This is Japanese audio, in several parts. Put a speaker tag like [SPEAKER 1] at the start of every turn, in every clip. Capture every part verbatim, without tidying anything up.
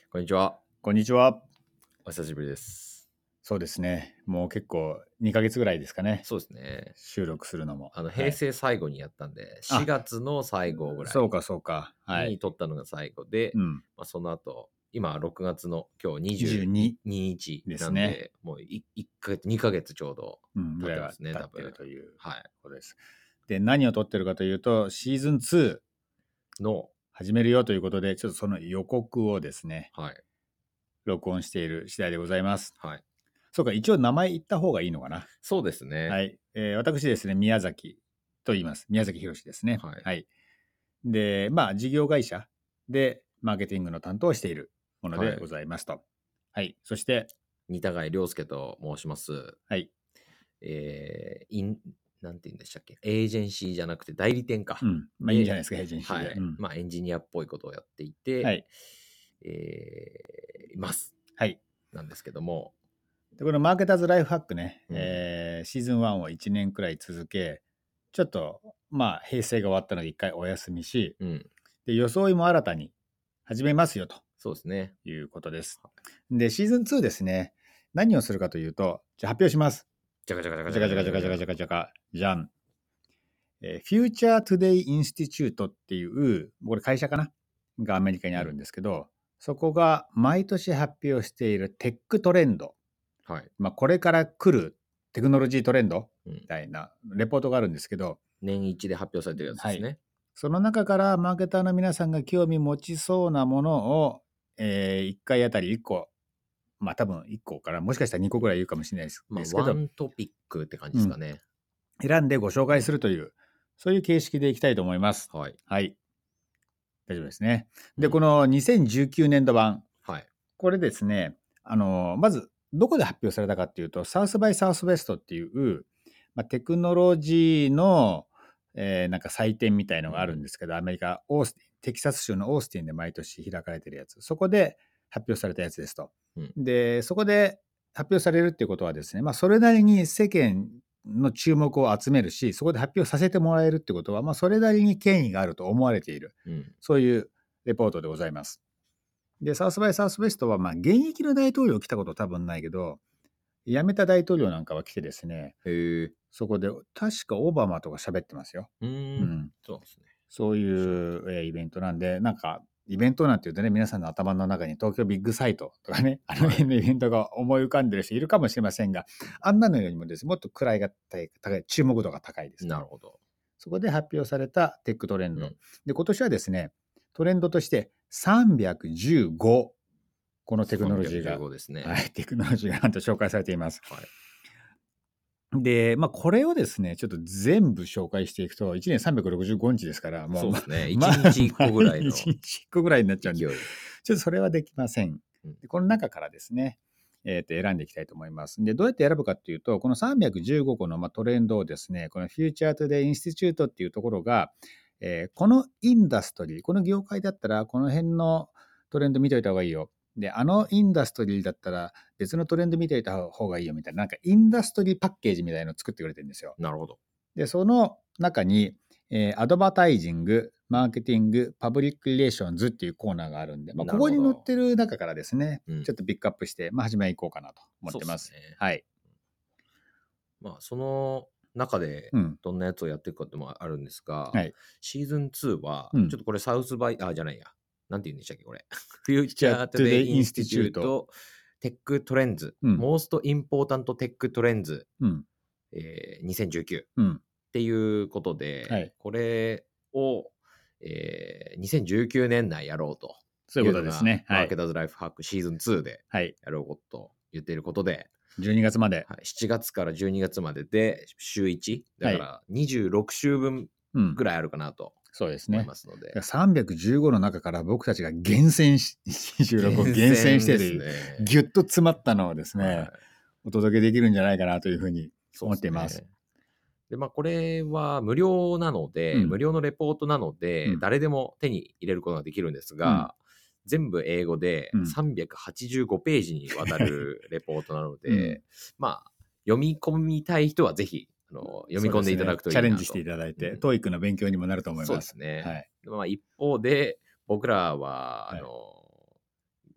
[SPEAKER 1] こんにちは。
[SPEAKER 2] こんにちは。
[SPEAKER 1] お久しぶりです。
[SPEAKER 2] そうですね。もう結構にかげつぐらいですかね。
[SPEAKER 1] そうですね。
[SPEAKER 2] 収録するのも。
[SPEAKER 1] あの
[SPEAKER 2] はい
[SPEAKER 1] 平成最後にやったんで、しがつの最後ぐらい
[SPEAKER 2] そうかそうか。は
[SPEAKER 1] に
[SPEAKER 2] い。
[SPEAKER 1] 撮ったのが最後で、
[SPEAKER 2] うん。
[SPEAKER 1] まあ、その後、今ろくがつの今日
[SPEAKER 2] にじゅうに
[SPEAKER 1] にじゅうににちなんで、
[SPEAKER 2] ですね
[SPEAKER 1] もういっかげつ、にかげつちょうど
[SPEAKER 2] うん、ぐらいは
[SPEAKER 1] 経ってますね、
[SPEAKER 2] 経って
[SPEAKER 1] 多分。
[SPEAKER 2] るという
[SPEAKER 1] はい。
[SPEAKER 2] ことです。で、何を撮ってるかというと、シーズンツー
[SPEAKER 1] の、
[SPEAKER 2] 始めるよということで、ちょっとその予告をですね、
[SPEAKER 1] はい。
[SPEAKER 2] 録音している次第でございます。
[SPEAKER 1] はい。
[SPEAKER 2] そうか、一応名前言った方がいいのかな。
[SPEAKER 1] そうですね。
[SPEAKER 2] はい。えー私ですね、宮崎と言います。宮崎宏ですね。
[SPEAKER 1] はい
[SPEAKER 2] はい。で、まあ、事業会社でマーケティングの担当をしているものでございますと。はい。はい、そして、
[SPEAKER 1] 二田貝亮介と申します。
[SPEAKER 2] はい。
[SPEAKER 1] えー、イン、なんて言うんでしたっけ、エージェンシーじゃなくて代理店か。
[SPEAKER 2] うん。まあ、いいんじゃないですか、エージェンシーで。
[SPEAKER 1] はい。
[SPEAKER 2] うん、
[SPEAKER 1] まあ、エンジニアっぽいことをやっていて、
[SPEAKER 2] はい。
[SPEAKER 1] えーいます。
[SPEAKER 2] はい。
[SPEAKER 1] なんですけども。
[SPEAKER 2] で、このマーケターズライフハックね、
[SPEAKER 1] うん
[SPEAKER 2] えーシーズンワンをいちねんくらい続け、ちょっと、まあ、平成が終わったので一回お休みし、
[SPEAKER 1] うん。
[SPEAKER 2] で、装いも新たに始めますよと
[SPEAKER 1] そうですね。
[SPEAKER 2] いうことです。で、シーズンツーですね、何をするかというと、じゃあ発表します。
[SPEAKER 1] じゃかじゃかじゃか
[SPEAKER 2] じゃかじゃかじゃかじゃかじゃかじゃか、じゃん。えー、Future Today Institute っていう、これ会社かながアメリカにあるんですけど、うん、そこが毎年発表しているテックトレンド、
[SPEAKER 1] はい。
[SPEAKER 2] まあ、これから来るテクノロジートレンドみたいなレポートがあるんですけど、
[SPEAKER 1] 年一で発表されてるやつですね。はい、
[SPEAKER 2] その中からマーケターの皆さんが興味持ちそうなものを、えー、いっかいあたりいっこ、まあ多分いっこからもしかしたらにこぐらい言うかもしれないですけど、
[SPEAKER 1] まあ、ワントピックって感じですかね、
[SPEAKER 2] うん、選んでご紹介するという、そういう形式でいきたいと思います。
[SPEAKER 1] はい。
[SPEAKER 2] はい。大丈夫ですね。で、このにせんじゅうきゅうねんど版。
[SPEAKER 1] はい。
[SPEAKER 2] これですね、あの、まず、どこで発表されたかっていうと、サウスバイサウスウェストっていう、まあ、テクノロジーの、えー、なんか祭典みたいのがあるんですけど、うん、アメリカ、オースティン、テキサス州のオースティンで毎年開かれてるやつ。そこで発表されたやつですと。うん、で、そこで発表されるっていうことはですね、まあ、それなりに世間の注目を集めるし、そこで発表させてもらえるってことは、まあ、それなりに権威があると思われている、うん、そういうレポートでございます。で、サウスバイサウスウェストは、まあ、現役の大統領来たこと多分ないけど、辞めた大統領なんかは来てですね、
[SPEAKER 1] へ
[SPEAKER 2] そこで、確かオバマとか喋ってますよ。
[SPEAKER 1] うん、うん、そうですね。
[SPEAKER 2] そういう、えー、イベントなんで、なんか、イベントなんていうとね、皆さんの頭の中に東京ビッグサイトとかね、あの辺のイベントが思い浮かんでる人いるかもしれませんが、あんなのよりもですね、もっと位が高い、注目度が高いですね。
[SPEAKER 1] なるほど。
[SPEAKER 2] そこで発表されたテックトレンド。うん、で、今年はですね、トレンドとしてさんびゃくじゅうご、このテクノロジーが、
[SPEAKER 1] ですね、
[SPEAKER 2] はい、テクノロジーがなんと紹介されています。はい、で、まあ、これをですね、ちょっと全部紹介していくと、いちねんさんびゃくろくじゅうごにちですから、もう、
[SPEAKER 1] そうですね、いちにちいっこぐらいの。
[SPEAKER 2] いちにちいっこぐらいになっちゃうんで、ちょっとそれはできません。でこの中からですね、えー、と選んでいきたいと思います。で、どうやって選ぶかっていうと、このさんびゃくじゅうごこのまあトレンドをですね、この Future Today Institute っていうところが、えー、このインダストリー、この業界だったら、この辺のトレンド見といた方がいいよ。で、あのインダストリーだったら別のトレンド見ておいた方がいいよみたいな、なんかインダストリーパッケージみたいなのを作ってくれてるんですよ。
[SPEAKER 1] なるほど。
[SPEAKER 2] で、その中に、えー、アドバタイジング、マーケティング、パブリックリレーションズっていうコーナーがあるんで、まあ、ここに載ってる中からですね、うん、ちょっとピックアップして、まあ、初めはいこうかなと思ってます。
[SPEAKER 1] そうですね。
[SPEAKER 2] はい。
[SPEAKER 1] まあ、その中でどんなやつをやっていくかってもあるんですが、うんはい、シーズンツーは、ちょっとこれサウスバイ、うん、あ、じゃないや。なんて言うんでしたっけ、これ。Future Today Institute テックトレンズ、うん、Most Important Tech Trends、うんえー、にせんじゅうきゅう、うん、っていうことで、はい、これを、えー、にせんじゅうきゅうねん内やろうと。
[SPEAKER 2] そういうことですね。
[SPEAKER 1] マーケターズライフハックシーズンツーでやろうこと言っていることで、
[SPEAKER 2] じゅうにがつまで、
[SPEAKER 1] はい、しちがつからじゅうにがつまでで週いちだからにじゅうろくしゅうぶんぐらいあるかなと、はいうん、
[SPEAKER 2] そうですね。
[SPEAKER 1] 思いますので、
[SPEAKER 2] さんびゃくじゅうごの中から僕たちが厳選しにじゅうろくを厳選してる、ね、ギュッと詰まったのをですね、はい、お届けできるんじゃないかなというふうに思っています。
[SPEAKER 1] でまあ、これは無料なので、うん、無料のレポートなので、うん、誰でも手に入れることができるんですが、うん、全部英語でさんびゃくはちじゅうごページにわたるレポートなので、うん、まあ読み込みたい人はぜひあの読み込んでいただくといいなと、
[SPEAKER 2] ね、チャレンジしていただいて、うん、トーイックの勉強にもなると思います。
[SPEAKER 1] そうですね。
[SPEAKER 2] はい、
[SPEAKER 1] まあ、一方で僕らは、はい、あの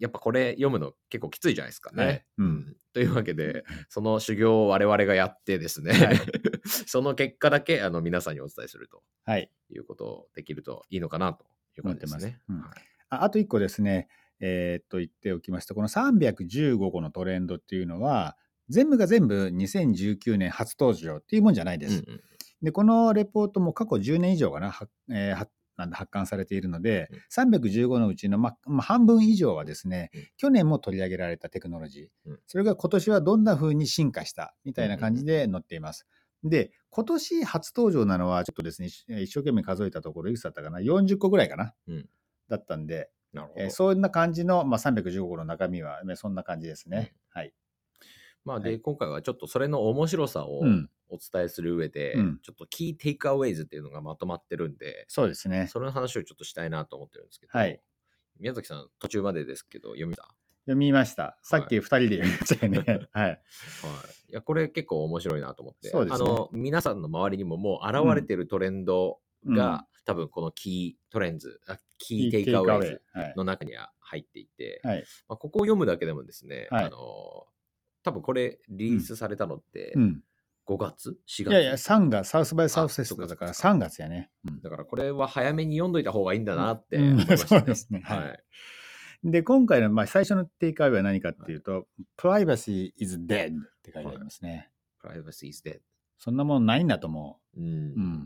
[SPEAKER 1] やっぱこれ読むの結構きついじゃないですかね。
[SPEAKER 2] はい、
[SPEAKER 1] うん、というわけで、その修行を我々がやってですね、はい、その結果だけあの皆さんにお伝えすると、はい、いうことできるといいのかなという感じですね。
[SPEAKER 2] うん、はい、あ, あといっこですね、えー、っと言っておきますと、このさんびゃくじゅうごこのトレンドっていうのは、全部が全部にせんじゅうきゅうねん初登場っていうもんじゃないです。うんうん、で、このレポートも過去じゅうねん以上かな、はえーなんで発刊されているので、うん、さんびゃくじゅうごのうちの、まま、半分以上はですね、うん、去年も取り上げられたテクノロジー、うん、それが今年はどんな風に進化したみたいな感じで載っています。で、今年初登場なのはちょっとですね、一生懸命数えたところいくつだったかな、よんじゅっこぐらいかな、うん、だったんで、なるほど、えー、そんな感じの、まあ、さんびゃくじゅうごこの中身は、ね、そんな感じですね。うん、はい。
[SPEAKER 1] まあ、で、はい、今回はちょっとそれの面白さをお伝えする上で、うん、ちょっとキーテイクアウェイズっていうのがまとまってるんで、
[SPEAKER 2] そうですね。
[SPEAKER 1] それの話をちょっとしたいなと思ってるんですけど、はい、宮崎さん途中までですけど読みた？
[SPEAKER 2] 読みました。さっきふたりで読みましたよね。はい。はい。
[SPEAKER 1] いや、これ結構面白いなと思って、そうですね、あの皆さんの周りにももう現れてるトレンドが、うん、多分このキートレンズ、キーテイクアウェイズの中には入っていて、はい、まあ、ここを読むだけでもですね、はい、あの多分これリリースされたのって、ごがつ ?しがつ？
[SPEAKER 2] いやいや、さんがつ、サウスバイサウスフェストだからさんがつやね。
[SPEAKER 1] うん、だからこれは早めに読んどいた方がいいんだなって思いましたね。うん、そうですね。はい。はい、
[SPEAKER 2] で、今回の、まあ、最初のテイクアウェイは何かっていうと、はい、Privacy is dead って書いてありますね。
[SPEAKER 1] はい、Privacy is dead。
[SPEAKER 2] そんなもんないんだと思う。うん。うん、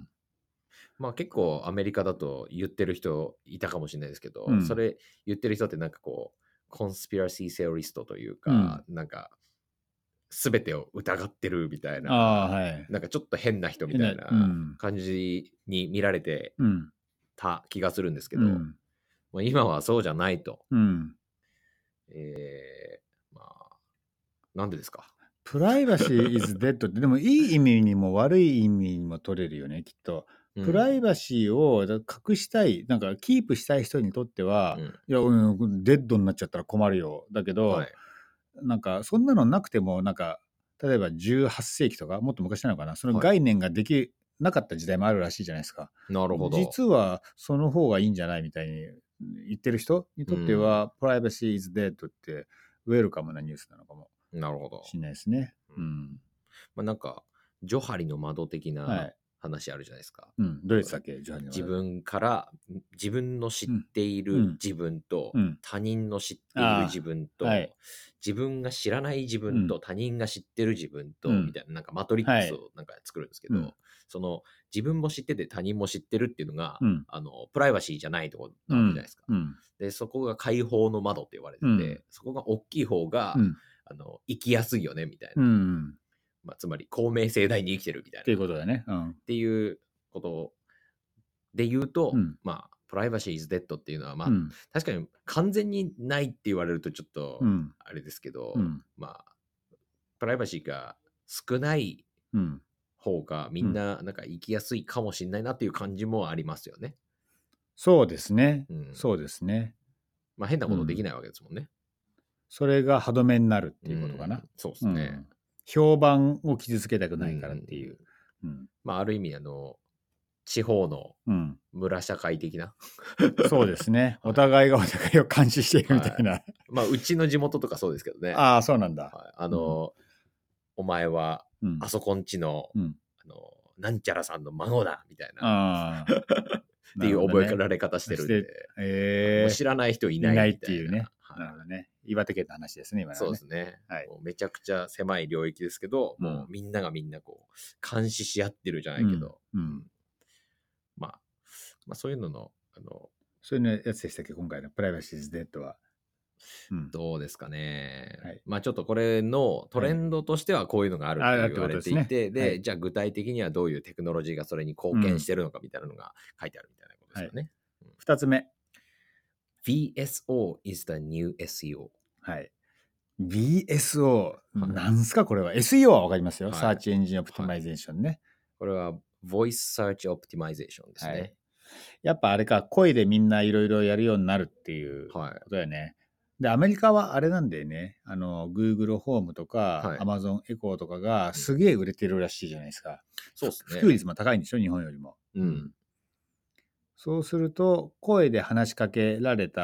[SPEAKER 1] まあ結構アメリカだと言ってる人いたかもしれないですけど、うん、それ言ってる人ってなんかこう、コンスピラシーセオリストというか、うん、なんか、すべてを疑ってるみたいな、はい、なんかちょっと変な人みたいな感じに見られてた気がするんですけど、うんまあ、今はそうじゃないと。うん、えー、まあ、なんでですか？
[SPEAKER 2] プライバシー is dead って、でもいい意味にも悪い意味にも取れるよね、きっと。プライバシーを隠したい、なんかキープしたい人にとっては、うん、いや、うん、デッドになっちゃったら困るよ。だけど、はい、なんかそんなのなくても、なんか例えばじゅうはっせいきとかもっと昔なのかな、その概念ができ、はい、なかった時代もあるらしいじゃないですか。
[SPEAKER 1] なるほど。
[SPEAKER 2] 実はその方がいいんじゃないみたいに言ってる人にとっては、プライバシー is dead ってウェルカムなニュースなのかもしれないですね。うん。
[SPEAKER 1] まあ、なんかジョハリの窓的な話あるじゃないですか。
[SPEAKER 2] うん、どうでしたっけ？
[SPEAKER 1] 自分から自分の知っている自分と、うんうん、他人の知っている自分と、はい、自分が知らない自分と、うん、他人が知ってる自分と、みたいななんかマトリックスをなんか作るんですけど、はい、その自分も知ってて他人も知ってるっていうのが、あのプライバシーじゃないところなわけじゃないですか。でそこが解放の窓って言われてて、そこが大きい方が、あの生きやすいよねみたいな。まあ、つまり公明正大に生きてるみたいな。
[SPEAKER 2] っていうことだね。うん、
[SPEAKER 1] っていうことで言うと、うん、まあ、プライバシー is dead っていうのは、まあ、うん、確かに完全にないって言われるとちょっとあれですけど、うん、まあ、プライバシーが少ない方がみんななんか生きやすいかもしれないなっていう感じもありますよね。
[SPEAKER 2] そうですね。うん、そうですね。
[SPEAKER 1] まあ、変なことできないわけですもんね。
[SPEAKER 2] それが歯止めになるっていうことかな。
[SPEAKER 1] そうですね。
[SPEAKER 2] 評判を傷つけたくないからっていう。
[SPEAKER 1] うん、まあ、ある意味、あの、地方の村社会的な、
[SPEAKER 2] うん、そうですね。お互いがお互いを監視しているみたいな、はい、
[SPEAKER 1] まあうちの地元とかそうですけどね。
[SPEAKER 2] ああ、そうなんだ、
[SPEAKER 1] はい、あの、うん、お前はあそこんちの、うん、あのなんちゃらさんの孫だみたいなっていう覚えられ方してるんで、ねえー、もう知らない人いないみたいな、いないっていうね、
[SPEAKER 2] はい、なるほどね。岩手県の話ですね、今のはね。
[SPEAKER 1] そうですね、はい、もうめちゃくちゃ狭い領域ですけど、うん、もうみんながみんなこう監視し合ってるじゃないけど、うんうんまあ、まあそういうのの、あの、
[SPEAKER 2] そういうのやつでしたっけ、今回のプライバシーズデッドは。
[SPEAKER 1] うん、どうですかね、はい。まあちょっとこれのトレンドとしてはこういうのがあるって言われていて、はい、で、で、はい、じゃあ具体的にはどういうテクノロジーがそれに貢献してるのかみたいなのが書いてあるみたいなことですよね。
[SPEAKER 2] はい、ふたつめ。
[SPEAKER 1] ブイエスオー is the new エスイーオー。
[SPEAKER 2] はい。ブイエスオー、はい、なんすかこれは。エスイーオー はわかりますよ。はい、Search Engine Optimization ね、はい。
[SPEAKER 1] これは Voice Search Optimization ですね。はい、
[SPEAKER 2] やっぱあれか、声でみんないろいろやるようになるっていうことだよね。はい、で、アメリカはあれなんだよね。あの、Google ホームとか、はい、Amazon エコーとかがすげえ売れてるらしいじゃないですか。うん、そうですね。普及率も高いんでしょ、日本よりも。うん。そうすると、声で話しかけられた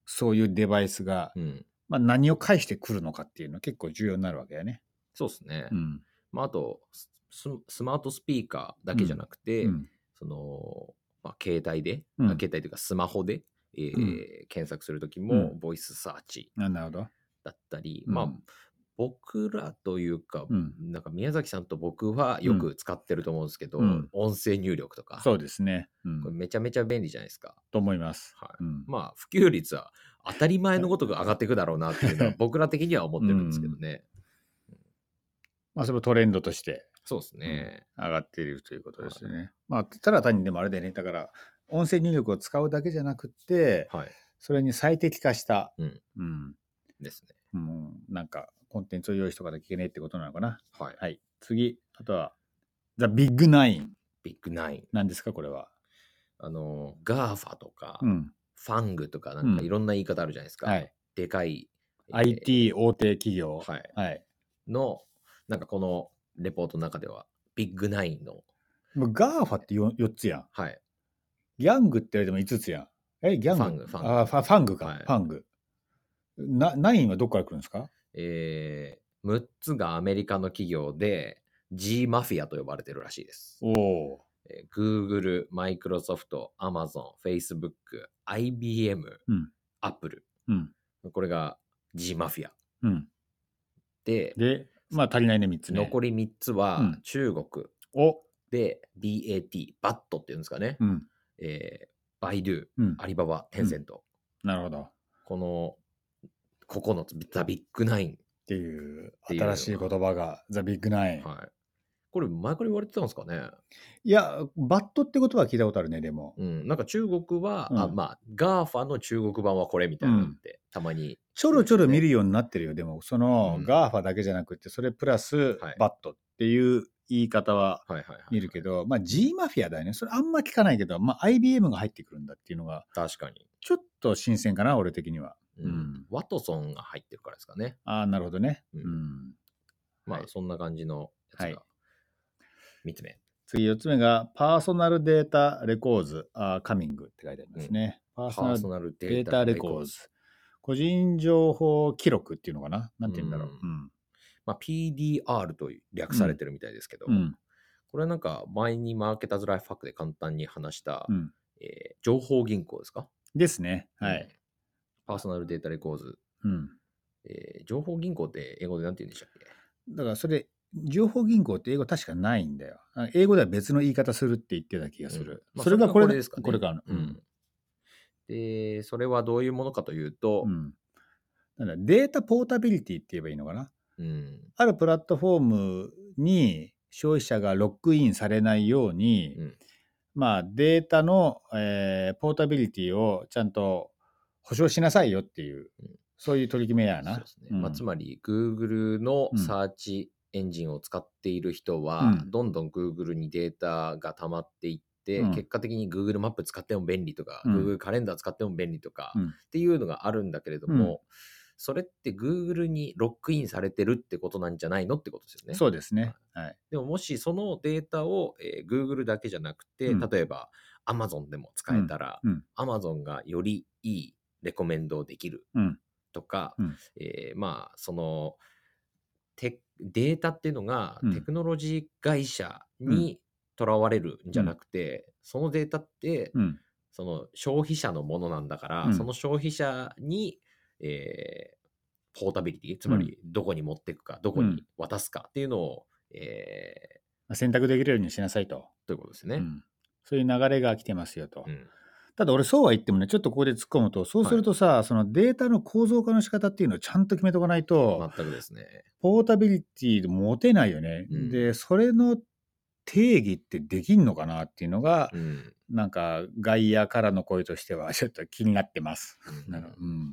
[SPEAKER 2] そういうデバイスが、
[SPEAKER 1] うん
[SPEAKER 2] まあ、何を返してくるのかっていうのは結構重要になるわけだよね。
[SPEAKER 1] そうですね。
[SPEAKER 2] うん
[SPEAKER 1] まあ、あとス、スマートスピーカーだけじゃなくて、
[SPEAKER 2] うん
[SPEAKER 1] その、まあ、携帯で、
[SPEAKER 2] うん
[SPEAKER 1] あ携帯というかスマホで、えー
[SPEAKER 2] うん
[SPEAKER 1] 検索するとき
[SPEAKER 2] う
[SPEAKER 1] も、
[SPEAKER 2] ん
[SPEAKER 1] ボイスサーチ
[SPEAKER 2] あなるほど。
[SPEAKER 1] だったり、
[SPEAKER 2] うん
[SPEAKER 1] まあ、僕らというか、
[SPEAKER 2] うん
[SPEAKER 1] なんか宮崎さんと僕はよく使ってると思うんですけど、
[SPEAKER 2] うん
[SPEAKER 1] 音声入力とか、
[SPEAKER 2] そうですね。うん
[SPEAKER 1] これめちゃめちゃ便利じゃないですか。
[SPEAKER 2] と思います。
[SPEAKER 1] はい
[SPEAKER 2] うん
[SPEAKER 1] まあ、普及率は当たり前のことが上がっていくだろうなっていうのは僕ら的には思ってるんですけどね。
[SPEAKER 2] まあ、それもトレンドとして、
[SPEAKER 1] そうですね、
[SPEAKER 2] うん、上がっているということですよね。はい、まあ、ただ単にでもあれだよね。だから、音声入力を使うだけじゃなくて、はい、それに最適化した、
[SPEAKER 1] うん
[SPEAKER 2] うん、
[SPEAKER 1] ですね。
[SPEAKER 2] うん、なんか、コンテンツを用意しとかなきゃいけないってことなのかな。
[SPEAKER 1] はい。
[SPEAKER 2] はい、次、あとは、ザ・ビッグナイン。
[SPEAKER 1] ビッグナイン。
[SPEAKER 2] 何ですか、これは。
[SPEAKER 1] あの、ガーファとか、
[SPEAKER 2] うん、
[SPEAKER 1] ファングとか、なんかいろんな言い方あるじゃないですか。うんはい、でかい、
[SPEAKER 2] えー。アイティー 大手企業。
[SPEAKER 1] はい。
[SPEAKER 2] はい、
[SPEAKER 1] の、なんかこのレポートの中では、ビッグナインの。
[SPEAKER 2] ガーファって 4, よっつやん。
[SPEAKER 1] はい。
[SPEAKER 2] ギャングって言われてもいつつやん。え、ギャング
[SPEAKER 1] ファング、ファング。
[SPEAKER 2] あファファングか、
[SPEAKER 1] はい、
[SPEAKER 2] ファング。な、ナインはどこから来るんですか？
[SPEAKER 1] えー、むっつがアメリカの企業で G マフィアと呼ばれてるらしいです。
[SPEAKER 2] おお。
[SPEAKER 1] えー、Google、Microsoft、Amazon、Facebook、アイビーエム、
[SPEAKER 2] うん、
[SPEAKER 1] Apple、
[SPEAKER 2] うん。
[SPEAKER 1] これが G マフィア。
[SPEAKER 2] うん、
[SPEAKER 1] で、
[SPEAKER 2] で、まあ足りないね、みっつね。
[SPEAKER 1] 残りみっつは中国で ビーエーティー、バットっていうんですかね。
[SPEAKER 2] うん
[SPEAKER 1] えー、バイドゥ、アリババ、テンセント。
[SPEAKER 2] なるほど。
[SPEAKER 1] このここのザ・ビッグナイン
[SPEAKER 2] っていう新しい言葉がザ・ビッグナイン。
[SPEAKER 1] はい。これ前から言われてたんですかね。
[SPEAKER 2] いや、バットって言葉は聞いたことあるね、でも。
[SPEAKER 1] うん、なんか中国は、うん、あまあ、ガーファの中国版はこれみたいなのって、うん、たまに、ね。
[SPEAKER 2] ちょろちょろ見るようになってるよ。でも、その、うん、ガーファだけじゃなくて、それプラス、バットっていう言い方は見るけど、まあ、G マフィアだよね。それあんま聞かないけど、まあ、アイビーエム が入ってくるんだっていうのが、
[SPEAKER 1] 確かに。
[SPEAKER 2] ちょっと新鮮かな、俺的には。
[SPEAKER 1] うん。うん、ワトソンが入ってるからですかね。
[SPEAKER 2] ああ、なるほどね。
[SPEAKER 1] うん。うん、まあ、はい、そんな感じのやつが。はい、みっつめ。
[SPEAKER 2] 次よっつめがパーソナルデータレコーズあカミングって書いてありますね。
[SPEAKER 1] うん、パーソナルデ
[SPEAKER 2] ータレコーズ。個人情報記録っていうのかななんて言うんだろう。うん
[SPEAKER 1] うんまあ、ピーディーアール と略されてるみたいですけど、うん、これはなんか前にマーケターズライフハックで簡単に話した、うんえー、情報銀行ですか
[SPEAKER 2] ですね。はい、うん。
[SPEAKER 1] パーソナルデータレコーズ。うんえー、情報銀行って英語で何て言うんでしたっけ？
[SPEAKER 2] だからそれ情報銀行って英語確かないんだよ。英語では別の言い方するって言ってた気がする。うんまあ、それがこれですかね。これかな。
[SPEAKER 1] うん。で、それはどういうものかというと、
[SPEAKER 2] うん、なんだデータポータビリティって言えばいいのかな。
[SPEAKER 1] うん、
[SPEAKER 2] あるプラットフォームに消費者がロックインされないように、うん、まあデータの、えー、ポータビリティをちゃんと保証しなさいよっていう、うん、そういう取り決めやな。そうですね。
[SPEAKER 1] うんまあ、つまり Google のサーチエンジンを使っている人は、うん、どんどん Google にデータが溜まっていって、うん、結果的に Google マップ使っても便利とか、うん、Google カレンダー使っても便利とか、うん、っていうのがあるんだけれども、うん、それって Google にロックインされてるってことなんじゃないのってことですよね。
[SPEAKER 2] そうですね。はい、
[SPEAKER 1] でももしそのデータを、えー、Google だけじゃなくて、うん、例えば Amazon でも使えたら、うん、Amazon がよりいいレコメンドできるとか、うんえー、まあそのテデータっていうのがテクノロジー会社にとらわれるんじゃなくて、うん、そのデータって、うん、その消費者のものなんだから、うん、その消費者に、えー、ポータビリティつまりどこに持っていくか、どこに渡すかっていうのを、え
[SPEAKER 2] ー、選択できるようにしなさいと。
[SPEAKER 1] ということですね、うん、
[SPEAKER 2] そういう流れが来てますよと。うんただ俺そうは言ってもねちょっとここで突っ込むとそうするとさ、はい、そのデータの構造化の仕方っていうのをちゃんと決めとかないと
[SPEAKER 1] 全くですね
[SPEAKER 2] ポータビリティで持てないよね、うん、でそれの定義ってできんのかなっていうのが、うん、なんか外野からの声としてはちょっと気になってます、うんうん、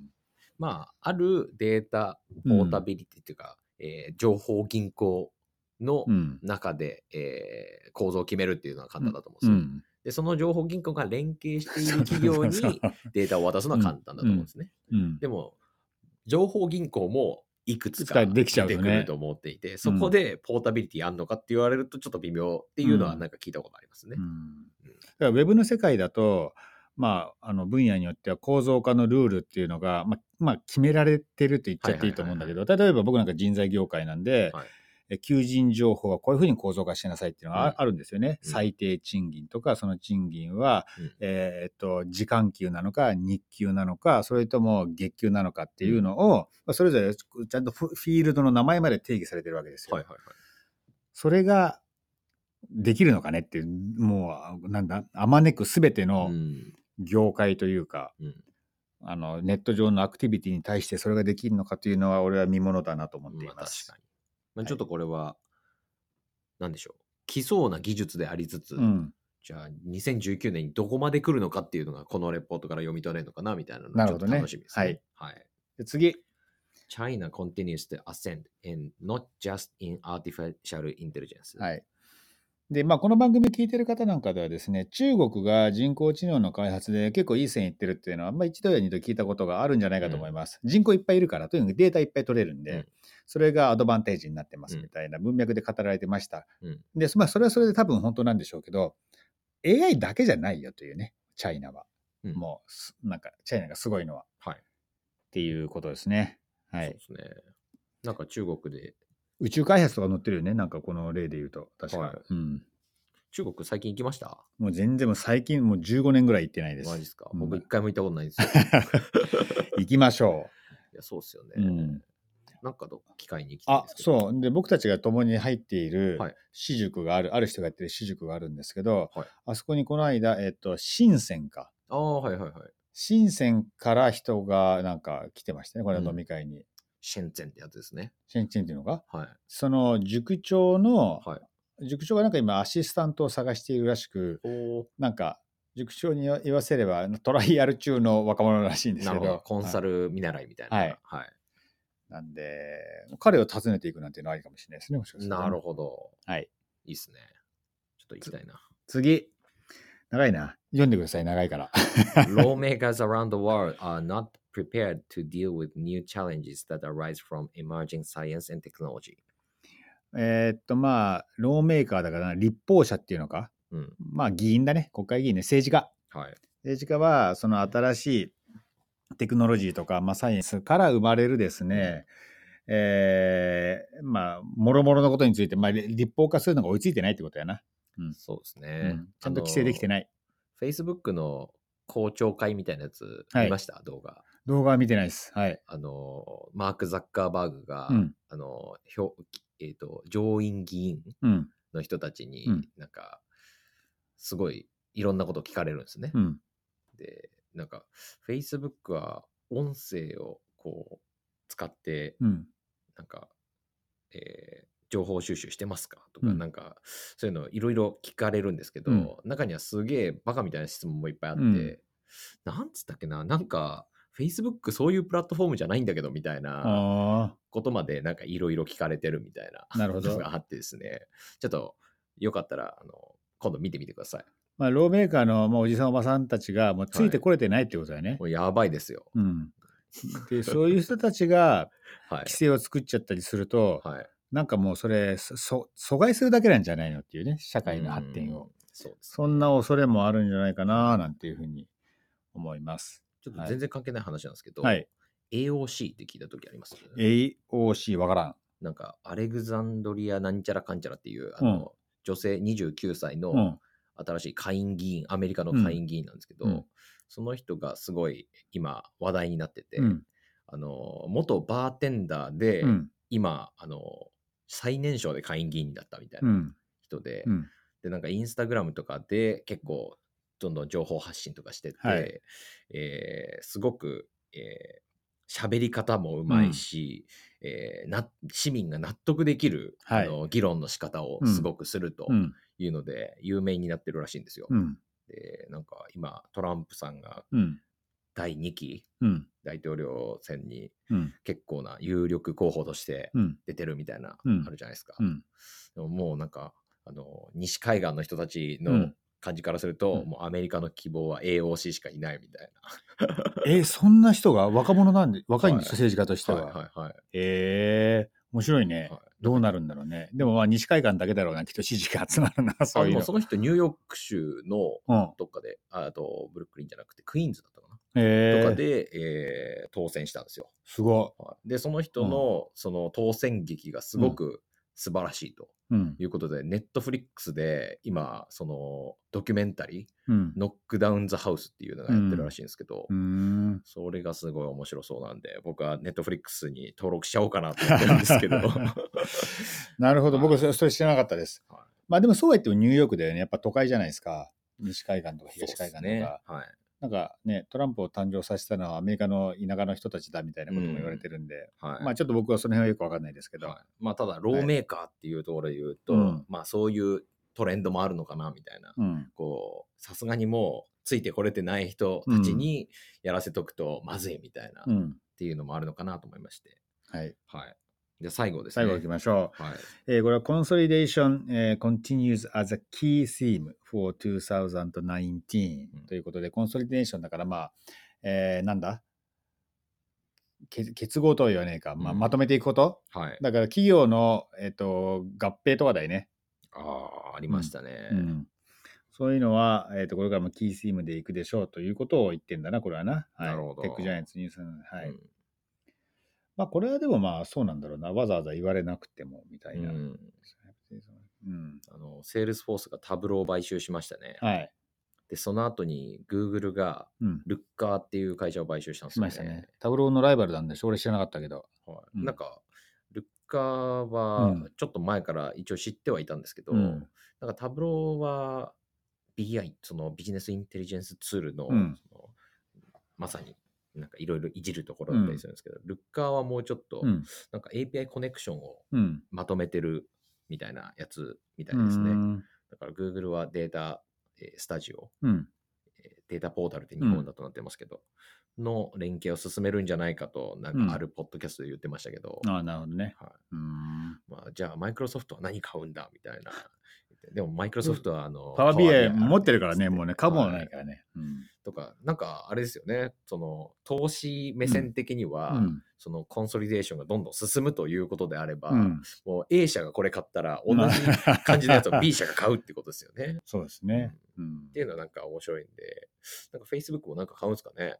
[SPEAKER 1] まああるデータポータビリティっていうか、うんえー、情報銀行の中で、うんえー、構造を決めるっていうのは簡単だと思うんですよ、うんでその情報銀行が連携している企業にデータを渡すのは簡単だと思うんですね。うんうん、でも情報銀行もいくつか出てくると思っていて、ね、そこでポータビリティあんのかって言われるとちょっと微妙っていうのはなんか聞いたことありますね。うんうん、
[SPEAKER 2] だからウェブの世界だと、 まあ、あの分野によっては構造化のルールっていうのが、まあまあ、決められてると言っちゃっていいと思うんだけど、例えば僕なんか人材業界なんで、はい、え求人情報はこういうふうに構造化しなさいっていうのが あ,、うん、あるんですよね、うん、最低賃金とか、その賃金は、うん、えー、っと時間給なのか日給なのか、それとも月給なのかっていうのを、うん、それぞれちゃんとフィールドの名前まで定義されてるわけですよ。はいはいはい、それができるのかねっていう、もうなんだ、あまねくすべての業界というか、うん、あのネット上のアクティビティに対してそれができるのかというのは俺は見ものだなと思っています。
[SPEAKER 1] まあ、確かに、まあ、ちょっとこれは、はい、なんでしょう、基礎な技術でありつつ、うん、じゃあにせんじゅうきゅうねんにどこまで来るのかっていうのがこのレポートから読み取れるのかなみたいなのがちょっと楽しみですね。
[SPEAKER 2] ね、はい、はい、で次。
[SPEAKER 1] China continues to ascend and not just in artificial intelligence。
[SPEAKER 2] はい。で、まあ、この番組聞いてる方なんかではですね、中国が人工知能の開発で結構いい線いってるっていうのは、まあ、一度や二度聞いたことがあるんじゃないかと思います。うん、人口いっぱいいるから、とにかくデータいっぱい取れるんで、うん、それがアドバンテージになってますみたいな文脈で語られてました。うん、で、まあ、それはそれで多分本当なんでしょうけど、エーアイ だけじゃないよというね、チャイナは。うん、もう、なんか、チャイナがすごいのは。はい。っていうことですね。はい。
[SPEAKER 1] そうですね。なんか中国で。
[SPEAKER 2] 宇宙開発とか載ってるよね、なんかこの例で言うと。確か、はい、
[SPEAKER 1] うん。中国最近行きました？
[SPEAKER 2] もう全然もう最近もうじゅうごねんぐらい行ってないです。
[SPEAKER 1] マジですか？うん、僕一回も行ったことないんですよ。
[SPEAKER 2] 行きましょ
[SPEAKER 1] う。いや、そうっすよね。うん、なんかど機会に行き
[SPEAKER 2] たいですけど。あ、そう。で、僕たちが共に入っている私塾がある、はい、ある人がやってる私塾があるんですけど、はい、あそこにこの間、えっと、深センか。
[SPEAKER 1] ああ、はいはいはい。
[SPEAKER 2] 深センから人がなんか来てましたね、これ飲み会に。うん、
[SPEAKER 1] シェンツェンってやつですね。
[SPEAKER 2] シェンツェンっていうのが、
[SPEAKER 1] はい、
[SPEAKER 2] その塾長の、はい、塾長がなんか今アシスタントを探しているらしく、なんか塾長に言わせればトライアル中の若者らしいんですけど、なるほど、
[SPEAKER 1] コンサル見習いみたいな。はい。はい、
[SPEAKER 2] なんで、彼を訪ねていくなんていうのはありかもしれないですね、もしかしたら、ね。
[SPEAKER 1] なるほど。
[SPEAKER 2] はい。
[SPEAKER 1] いいっすね。ちょっと行きたいな。
[SPEAKER 2] 次。長いな。読んでください、長いから。
[SPEAKER 1] Lawmakers around the world are not prepared to deal with new challenges that arise from emerging science and technology。
[SPEAKER 2] えー、っと、まあ、ローメーカーだからな、立法者っていうのか。うん、まあ、議員だね。国会議員ね。政治家。はい、政治家は、その新しいテクノロジーとか、まあ、サイエンスから生まれるですね、うん、えー、まあ、もろもろのことについて、まあ、立法化するのが追いついてないってことやな。
[SPEAKER 1] うん、そうですね、うん。
[SPEAKER 2] ちゃんと規制できてない。
[SPEAKER 1] Facebook の公聴会みたいなやつ見ました、はい、動画。
[SPEAKER 2] 動画は見てないです。はい。
[SPEAKER 1] あの、マーク・ザッカーバーグが、うん、あの、えーと、上院議員の人たちに、うん、なんか、すごいいろんなこと聞かれるんですね。うん、で、なんか、Facebook は音声をこう、使って、うん、なんか、えー、情報収集してますかとか、うん、なんか、そういうのいろいろ聞かれるんですけど、うん、中にはすげえバカみたいな質問もいっぱいあって、うん、なんつったっけな、なんか、Facebook そういうプラットフォームじゃないんだけどみたいなことまでなんかいろいろ聞かれてるみたいなのがあってですね、ちょっとよかったらあの今度見てみてください。
[SPEAKER 2] まあ、ローメーカーのもうおじさんおばさんたちがもうついてこれてないってことだよね。はい、
[SPEAKER 1] もうやばいですよ。
[SPEAKER 2] うん、でそういう人たちが規制を作っちゃったりすると、はい、なんかもうそれそ阻害するだけなんじゃないのっていうね、社会の発展を。そうですね、そんな恐れもあるんじゃないかななんていうふうに思います。
[SPEAKER 1] ちょっと全然関係ない話なんですけど、はい、エーオーシー って聞いたときあります？
[SPEAKER 2] エーオーシー わからん。
[SPEAKER 1] なんか、アレグザンドリアなんちゃらかんちゃらっていう、あの、うん、女性にじゅうきゅうさいの新しい下院議員、アメリカの下院議員なんですけど、うん、その人がすごい今話題になってて、うん、あの、元バーテンダーで、うん、今、あの、最年少で下院議員だったみたいな人で、うん、で、なんかインスタグラムとかで結構、どんどん情報発信とかしてて、はい、えー、すごく、えー、喋り方もうまいし、うん、えー、な市民が納得できる、はい、あの議論の仕方をすごくするというので、うん、有名になってるらしいんですよ。うん、でなんか今トランプさんがだいにき、うん、大統領選に結構な有力候補として出てるみたいな、うん、あるじゃないですか。うん、でももうなんかあの西海岸の人たちの、うん感じからすると、うん、もうアメリカの希望は エーオーシー しかいないみたいな。
[SPEAKER 2] えー、そんな人が若者なんで、若いんですか、はい、政治家としては。はいはいはい。えー、 面白いね、はい、どうなるんだろうね。でもまあ西海岸だけだろうな、きっと支持が集まるな、そういうの。
[SPEAKER 1] あ、その人ニューヨーク州のどっかで、うん、あとブルックリンじゃなくてクイーンズだったかな、
[SPEAKER 2] えー、
[SPEAKER 1] とかで、えー、当選したんですよ。
[SPEAKER 2] すご
[SPEAKER 1] い。でその人の、うん、その当選劇がすごく素晴らしいと。うん、いうことで、ネットフリックスで今そのドキュメンタリー、うん、ノックダウンザハウスっていうのがやってるらしいんですけど、うん、それがすごい面白そうなんで、僕はネットフリックスに登録しちゃおうかなと思ってるんですけど。
[SPEAKER 2] なるほど、僕それそれ知らなかったです。はい、まあでもそうは言ってもニューヨークだよね、やっぱ都会じゃないですか。西海岸とか東海岸とか、ね、はい、なんかね、トランプを誕生させたのはアメリカの田舎の人たちだみたいなことも言われてるんで、うん、はい、まあちょっと僕はその辺はよくわかんないですけど、はい、
[SPEAKER 1] まあただローメーカーっていうところで言うと、はい、まあそういうトレンドもあるのかなみたいな、うん、こうさすがにもうついてこれてない人たちにやらせとくとまずいみたいな、うん、っていうのもあるのかなと思いまして、
[SPEAKER 2] はい、
[SPEAKER 1] はい、じゃあ最後ですね。
[SPEAKER 2] 最後いきましょう。はい、えー、これは Consolidation、uh, continues as a key theme for にせんじゅうきゅう、うん、ということで、コンソリデーションだからまあ、えー、なんだ結合とは言わねえか、まあ、まとめていくこと、うん、はい、だから企業の、えーと、合併とかだよね。
[SPEAKER 1] ああ、ありましたね。
[SPEAKER 2] うんうん、そういうのは、えーと、これからもキースイームでいくでしょうということを言ってんだな、これはな。はい、なるほど。テックジャイアンツニュース、はい。うん、まあ、これはでもまあそうなんだろうな、わざわざ言われなくてもみたいな。うん、
[SPEAKER 1] うん、あのセールスフォースがタブローを買収しましたね。はい。でその後に Google がルッカーっていう会社を買収したんですよね。
[SPEAKER 2] しましたね。タブローのライバルなんでしょ、俺知らなかったけど。
[SPEAKER 1] はい、うん、なんかルッカーはちょっと前から一応知ってはいたんですけど、うん、なんかタブローは ビーアイ、そのビジネスインテリジェンスツールの、うん、そのまさになんかいろいろいじるところだったりするんですけど、うん、ルッカーはもうちょっと、うん、なんか エーピーアイ コネクションをまとめてるみたいなやつみたいですね。うん、だから Google はデータ、えー、スタジオ、うん、データポータルって日本だとなってますけど、うん、の連携を進めるんじゃないかと、なんかあるポッドキャストで言ってましたけど。
[SPEAKER 2] うん、ああ、なるほどね。
[SPEAKER 1] はい、うん、まあ、じゃあマイクロソフトは何買うんだみたいな。でもマイクロソフトはあの
[SPEAKER 2] パワービーアイ持ってるからね、もうね、株もないからね。
[SPEAKER 1] はい、うん、とか、なんかあれですよね、その投資目線的には、うん、そのコンソリデーションがどんどん進むということであれば、うん、もう A 社がこれ買ったら同じ感じのやつを B 社が買うってことですよね。
[SPEAKER 2] そうですね、
[SPEAKER 1] うん。っていうのはなんか面白いんで、なんか Facebook もなんか買うんですかね。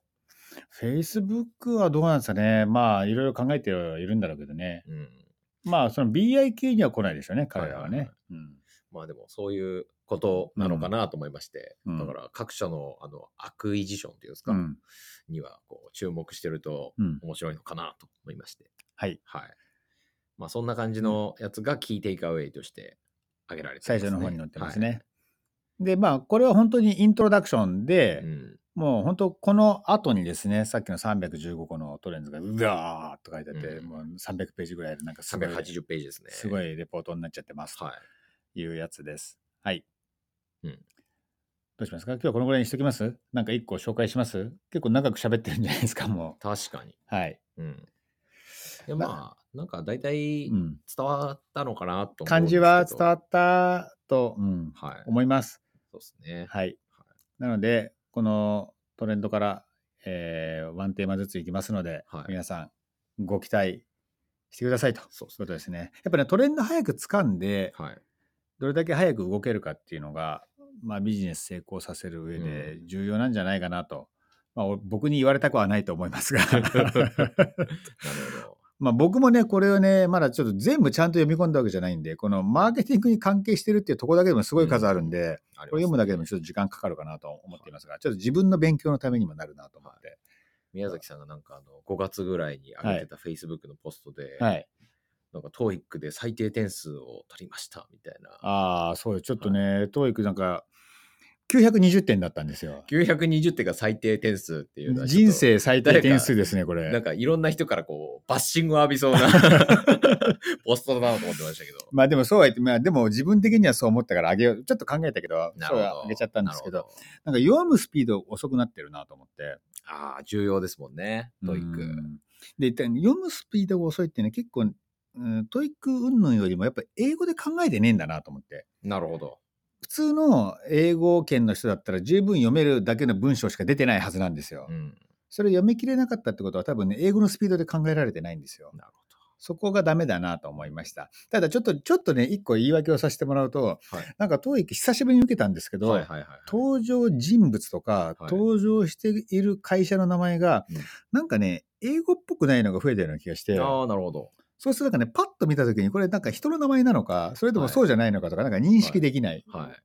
[SPEAKER 2] Facebook はどうなんですかね。まあいろいろ考えてはいるんだろうけどね。うん、まあその ビーアイ 系には来ないでしょうね、彼らはね。はいはいはい、うん、
[SPEAKER 1] まあでもそういうことなのかなと思いまして、うん、だから各社のあのアクイジションっていうんですか、うん、にはこう注目してると面白いのかなと思いまして、うん、はい、はい、まあそんな感じのやつがキーテイクアウェイとして挙げられてますね。
[SPEAKER 2] 最初の方に載ってますね。はい、でまあこれは本当にイントロダクションで、うん、もう本当この後にですね、さっきのさんびゃくじゅうごこのトレンズがうわーっと書いてあって、うん、もうさんびゃくページぐらいでなんかすごい
[SPEAKER 1] さんびゃくはちじゅうページですね。
[SPEAKER 2] すごいレポートになっちゃってますというやつです。はい。うん、どうしますか？今日はこのぐらいにしときます？なんか一個紹介します？結構長く喋ってるんじゃないですか、も
[SPEAKER 1] う。確かに。
[SPEAKER 2] はい。
[SPEAKER 1] うん。いやまあ、なんか大体伝わったのかなと思うんですけど、
[SPEAKER 2] 感じは伝わったと、うん、はい、思います。
[SPEAKER 1] そうですね。
[SPEAKER 2] はい。はい、なので、このトレンドから、えー、ワンテーマずついきますので、はい、皆さんご期待してくださいということですね。やっぱり、ね、トレンド早く掴んで、はい、どれだけ早く動けるかっていうのが、まあ、ビジネス成功させる上で重要なんじゃないかなと、うん、まあ、僕に言われたくはないと思いますがなるほど。まあ僕もね、これをね、まだちょっと全部ちゃんと読み込んだわけじゃないんで、このマーケティングに関係してるっていうところだけでもすごい数あるんで、うん、これ読むだけでもちょっと時間かかるかなと思っていますが、はい、ちょっと自分の勉強のためにもなるなと思って。はい、
[SPEAKER 1] 宮崎さんがなんかあのごがつぐらいに上げてた Facebook のポストで、はい、なんか トーイック で最低点数を取りましたみたいな。
[SPEAKER 2] ああ、そうよ。ちょっとね、はい、トーイック なんか、きゅうひゃくにじゅってんだったんですよ。
[SPEAKER 1] きゅうひゃくにじゅってんが最低点数っていうのは
[SPEAKER 2] 人生最低点数ですね、これ。
[SPEAKER 1] なんかいろんな人からこうバッシングを浴びそうなポストだなと思ってましたけど。
[SPEAKER 2] まあでもそうは言って、まあでも自分的にはそう思ったから上げよう。ちょっと考えたけど、そう上げちゃったんですけど、どなんか弱むスピード遅くなってるなと思って。
[SPEAKER 1] ああ、重要ですもんね、トイック。
[SPEAKER 2] で、読むスピードが遅いってね、結構、うん、トイック云々よりもやっぱり英語で考えてねえんだなと思って。
[SPEAKER 1] なるほど。
[SPEAKER 2] 普通の英語圏の人だったら十分読めるだけの文章しか出てないはずなんですよ。うん、それ読み切れなかったってことは多分ね、英語のスピードで考えられてないんですよ。なるほど。 そこがダメだなと思いました。ただちょっと、ちょっとね、一個言い訳をさせてもらうと、はい、なんか トーイック 久しぶりに受けたんですけど、はいはいはいはい、登場人物とか、はい、登場している会社の名前が、うん、なんかね、英語っぽくないのが増えたような気がして。
[SPEAKER 1] ああ、なるほど。
[SPEAKER 2] そうするとなんかね、パッと見たときに、これなんか人の名前なのか、それともそうじゃないのかとか、なんか認識できない。はいはいはい、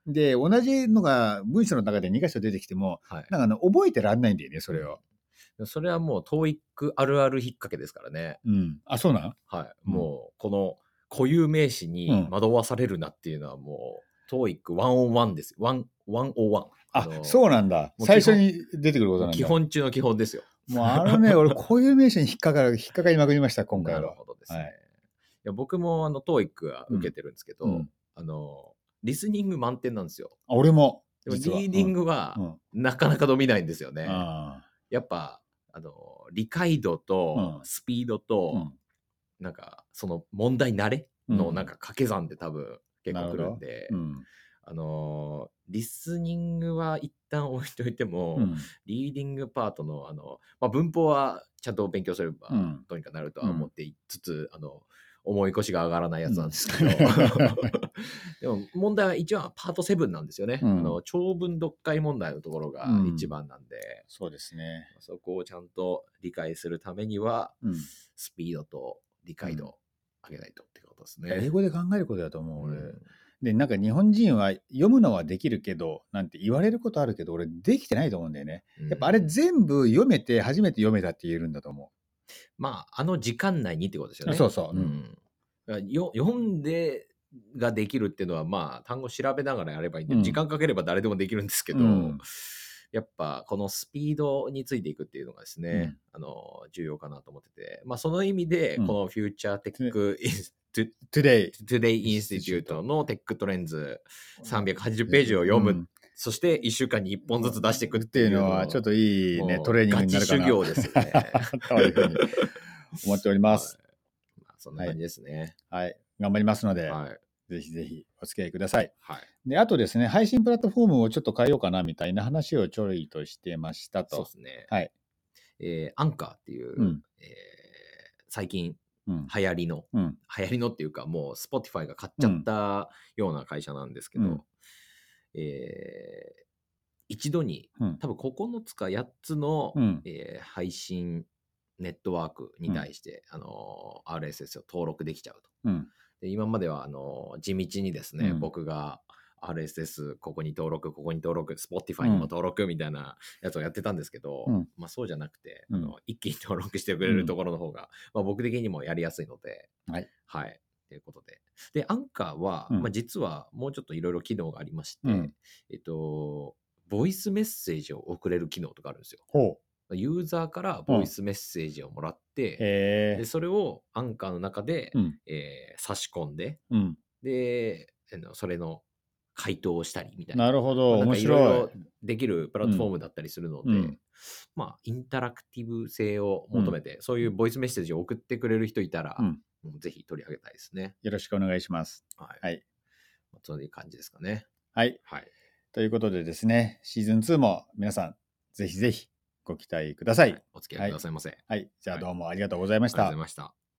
[SPEAKER 2] で、同じのが文章の中でに箇所出てきても、はい、なんかあの覚えてらんないんだよね、それを。
[SPEAKER 1] それはもう トーイック あるある引っ掛けですからね。
[SPEAKER 2] うん。あ、そうなん？
[SPEAKER 1] はい。うん、もう、この固有名詞に惑わされるなっていうのはもう、トーイックひゃくいちですよ。ひゃくいち。
[SPEAKER 2] あ、そうなんだ。最初に出てくることなんだ。
[SPEAKER 1] 基本中の基本ですよ。
[SPEAKER 2] もうあのね、俺固有名詞に引っかかる、引っかかりまくりました、今回は。な
[SPEAKER 1] るほどですね。はい、いや僕もあの トーイック は受けてるんですけど、うん、あの、リスニング満点なんですよ。
[SPEAKER 2] あ、俺も。
[SPEAKER 1] でもリーディングはなかなか伸びないんですよね。うんうん、やっぱ、あの理解度とスピードと、うん、なんかその問題慣れのなんか掛け算で多分結構くるんで、うん、あのリスニングは一旦置いといても、うん、リーディングパートのあの、まあ、文法はちゃんと勉強すればどうにかなるとは思っていつつ、うん、あの重い腰が上がらないやつなんですけど、うん、でも問題は一番パートセブンなんですよね、うん、あの長文読解問題のところが一番なんで、うん、
[SPEAKER 2] そうですね。
[SPEAKER 1] そこをちゃんと理解するためには、うん、スピードと理解度を上げないとってことですね。
[SPEAKER 2] 英語で考えることだと思う、俺。うん、で、なんか日本人は読むのはできるけど、なんて言われることあるけど、俺できてないと思うんだよね。やっぱあれ全部読めて初めて読めたって言えるんだと思う。
[SPEAKER 1] まあ、あの時間内にってことですよね。
[SPEAKER 2] そうそう。
[SPEAKER 1] うん、よ読んでができるっていうのは、まあ、単語調べながらやればいいんで、うん、時間かければ誰でもできるんですけど、うん、やっぱこのスピードについていくっていうのがですね、うん、あの重要かなと思ってて、まあ、その意味で、このフューチャーテックインストゥトゥデイインスティテュートのテックトレンズさんびゃくはちじゅうページを読む、うん、そしていっしゅうかんにいっぽんずつ出していくっていうのは
[SPEAKER 2] ちょっといいね、トレーニングになるかな。
[SPEAKER 1] ガチ修行ですよね。
[SPEAKER 2] というふうに思っております。
[SPEAKER 1] はい、まあ、そんな感じですね。
[SPEAKER 2] はい、はい、頑張りますので、はい、ぜひぜひお付き合いください。はい、であとですね、配信プラットフォームをちょっと変えようかなみたいな話をちょいとしてましたと。
[SPEAKER 1] そうですね。
[SPEAKER 2] はい。
[SPEAKER 1] えー、アンカーっていう、うんえー、最近流行りの、うん、流行りのっていうかもう Spotify が買っちゃったような会社なんですけど、うんえー、一度に、うん、多分ここのつかやっつの、うんえー、配信ネットワークに対して、うんあのー、アールエスエス を登録できちゃうと。うん、で今まではあのー、地道にですね、うん、僕がアールエスエス ここに登録ここに登録 Spotify にも登録みたいなやつをやってたんですけど、うんまあ、そうじゃなくて、うん、あの一気に登録してくれるところの方が、うんまあ、僕的にもやりやすいので、はい、はい、ということででアンカーは、うんまあ、実はもうちょっといろいろ機能がありまして、うんえっと、ボイスメッセージを送れる機能とかあるんですよ。ほうユーザーからボイスメッセージをもらって、うん、でそれをアンカーの中で、うんえー、差し込んで、うん、でそれの回答をしたりみたいな。
[SPEAKER 2] なるほど、
[SPEAKER 1] まあ、なんか
[SPEAKER 2] 面白い。
[SPEAKER 1] いろいろできるプラットフォームだったりするので、うん、まあインタラクティブ性を求めて、うん、そういうボイスメッセージを送ってくれる人いたら、うん、ぜひ取り上げたいですね。
[SPEAKER 2] よろしくお願いします。はい。はい、
[SPEAKER 1] そういう感じですかね。
[SPEAKER 2] はい。はい。ということでですね、シーズンツーも皆さんぜひぜひご期待ください。はい、
[SPEAKER 1] お付き合いくださいませ。
[SPEAKER 2] はい。はい、じゃあどうもありがとうございました。
[SPEAKER 1] ありがとうございました。